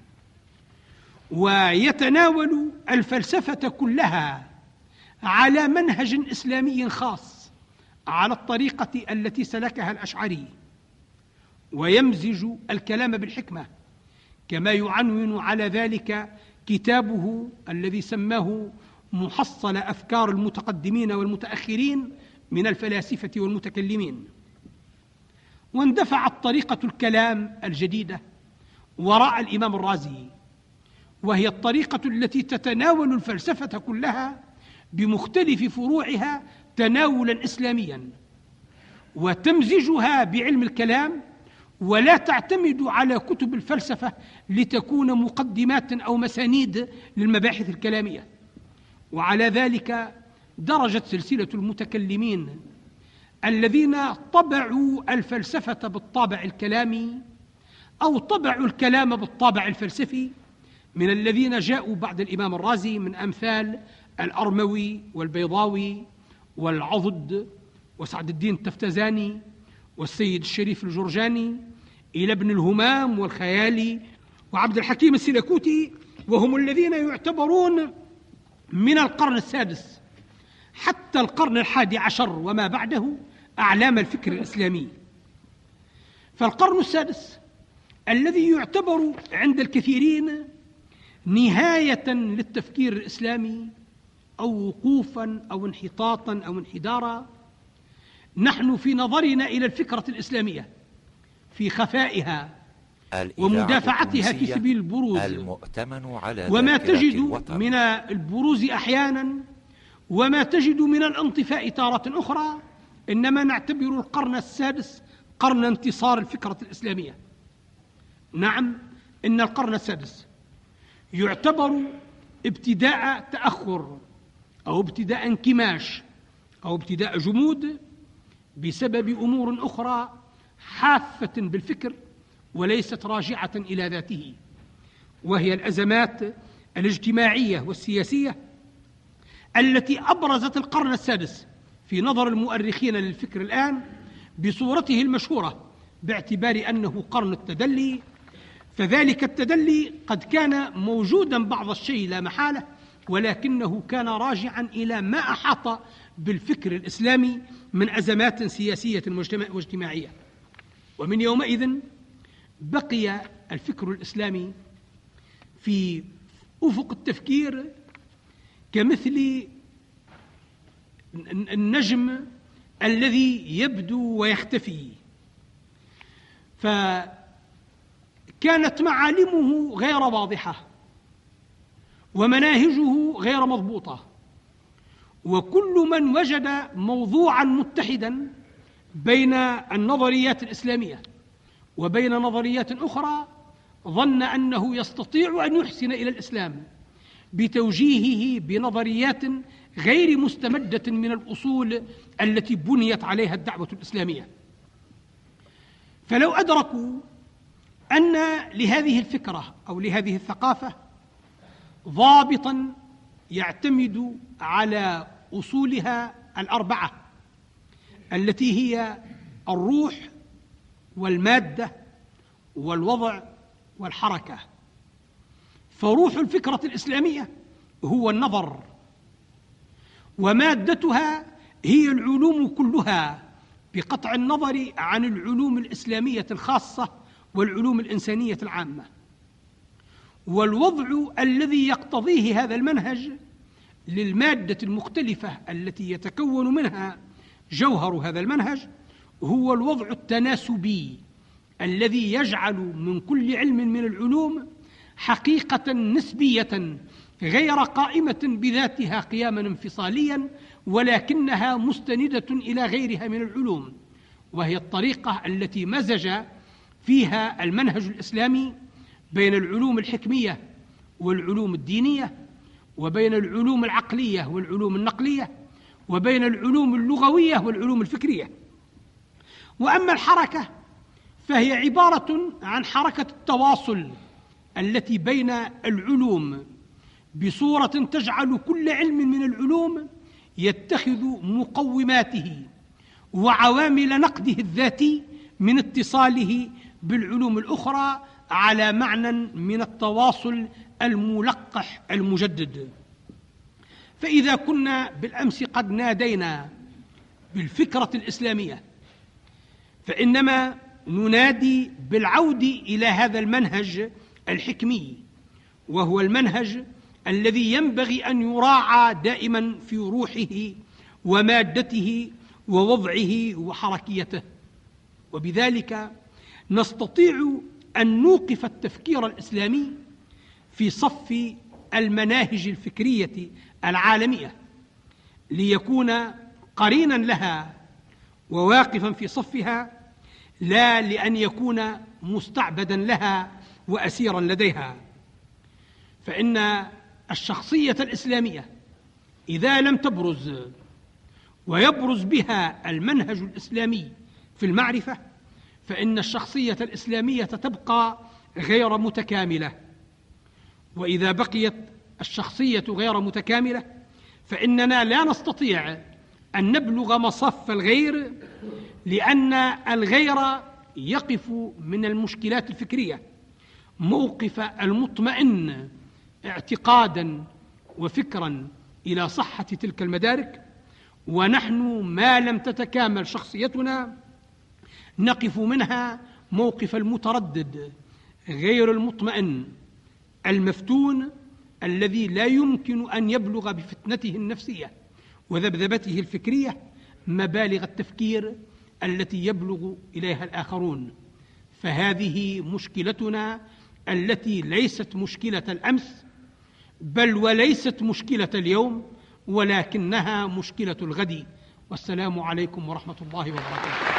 ويتناول الفلسفة كلها على منهج إسلامي خاص على الطريقة التي سلكها الأشعري، ويمزج الكلام بالحكمة، كما يعنون على ذلك كتابه الذي سماه محصل أفكار المتقدمين والمتأخرين من الفلاسفة والمتكلمين. واندفعت طريقة الكلام الجديدة وراء الإمام الرازي، وهي الطريقة التي تتناول الفلسفة كلها بمختلف فروعها تناولا إسلاميا، وتمزجها بعلم الكلام، ولا تعتمد على كتب الفلسفة لتكون مقدمات أو مسانيد للمباحث الكلامية. وعلى ذلك درجت سلسلة المتكلمين الذين طبعوا الفلسفة بالطابع الكلامي أو طبعوا الكلام بالطابع الفلسفي، من الذين جاءوا بعد الإمام الرازي من أمثال الأرموي والبيضاوي والعضد وسعد الدين التفتزاني والسيد الشريف الجرجاني إلى ابن الهمام والخيالي وعبد الحكيم السلكوتي، وهم الذين يعتبرون من القرن السادس حتى القرن الحادي عشر وما بعده أعلام الفكر الإسلامي. فالقرن السادس الذي يعتبر عند الكثيرين نهاية للتفكير الإسلامي أو وقوفا أو انحطاطا أو انحدارا، نحن في نظرنا إلى الفكرة الإسلامية في خفائها ومدافعتها في سبيل البروز المؤتمن على وما تجد الوطن. من البروز أحيانا وما تجد من الانطفاء تارة أخرى، إنما نعتبر القرن السادس قرن انتصار الفكرة الإسلامية. نعم، إن القرن السادس يعتبر ابتداء تأخر أو ابتداء انكماش أو ابتداء جمود بسبب أمور أخرى حافة بالفكر وليست راجعة إلى ذاته، وهي الأزمات الاجتماعية والسياسية التي أبرزت القرن السادس في نظر المؤرخين للفكر الآن بصورته المشهورة باعتبار أنه قرن التدلي. فذلك التدلي قد كان موجودا بعض الشيء لا محالة، ولكنه كان راجعا إلى ما أحاط بالفكر الإسلامي من أزمات سياسية واجتماعية. ومن يومئذ بقي الفكر الإسلامي في أفق التفكير كمثل النجم الذي يبدو ويختفي، فكانت معالمه غير واضحة ومناهجه غير مضبوطة، وكل من وجد موضوعا متحدا بين النظريات الإسلامية وبين نظريات أخرى ظن أنه يستطيع أن يحسن إلى الإسلام بتوجيهه بنظريات غير مستمدة من الأصول التي بنيت عليها الدعوة الإسلامية. فلو أدركوا أن لهذه الفكرة أو لهذه الثقافة ضابطا يعتمد على أصولها الأربعة التي هي الروح والمادة والوضع والحركة، فروح الفكرة الإسلامية هو النظر، ومادتها هي العلوم كلها بقطع النظر عن العلوم الإسلامية الخاصة والعلوم الإنسانية العامة. والوضع الذي يقتضيه هذا المنهج للمادة المختلفة التي يتكون منها جوهر هذا المنهج هو الوضع التناسبي الذي يجعل من كل علم من العلوم حقيقة نسبية غير قائمة بذاتها قياما انفصاليا، ولكنها مستندة إلى غيرها من العلوم، وهي الطريقة التي مزج فيها المنهج الإسلامي بين العلوم الحكمية والعلوم الدينية، وبين العلوم العقلية والعلوم النقلية، وبين العلوم اللغوية والعلوم الفكرية. وأما الحركة فهي عبارة عن حركة التواصل التي بين العلوم بصورة تجعل كل علم من العلوم يتخذ مقوماته وعوامل نقده الذاتي من اتصاله بالعلوم الأخرى على معنى من التواصل الملقح المجدد. فإذا كنا بالأمس قد نادينا بالفكرة الإسلامية، فإنما ننادي بالعود إلى هذا المنهج الحكمي، وهو المنهج الذي ينبغي أن يراعى دائما في روحه ومادته ووضعه وحركيته. وبذلك نستطيع أن نوقف التفكير الإسلامي في صف المناهج الفكرية العالمية ليكون قرينا لها وواقفا في صفها، لا لأن يكون مستعبدا لها وأسيرا لديها. فإن الشخصية الإسلامية إذا لم تبرز ويبرز بها المنهج الإسلامي في المعرفة، فإن الشخصية الإسلامية تبقى غير متكاملة. وإذا بقيت الشخصية غير متكاملة فإننا لا نستطيع أن نبلغ مصف الغير، لأن الغير يقف من المشكلات الفكرية موقف المطمئن اعتقادا وفكرا إلى صحة تلك المدارك، ونحن ما لم تتكامل شخصيتنا نقف منها موقف المتردد غير المطمئن المفتون الذي لا يمكن أن يبلغ بفتنته النفسية وذبذبته الفكرية مبالغ التفكير التي يبلغ إليها الآخرون. فهذه مشكلتنا التي ليست مشكلة الأمس، بل وليست مشكلة اليوم، ولكنها مشكلة الغد. والسلام عليكم ورحمة الله وبركاته.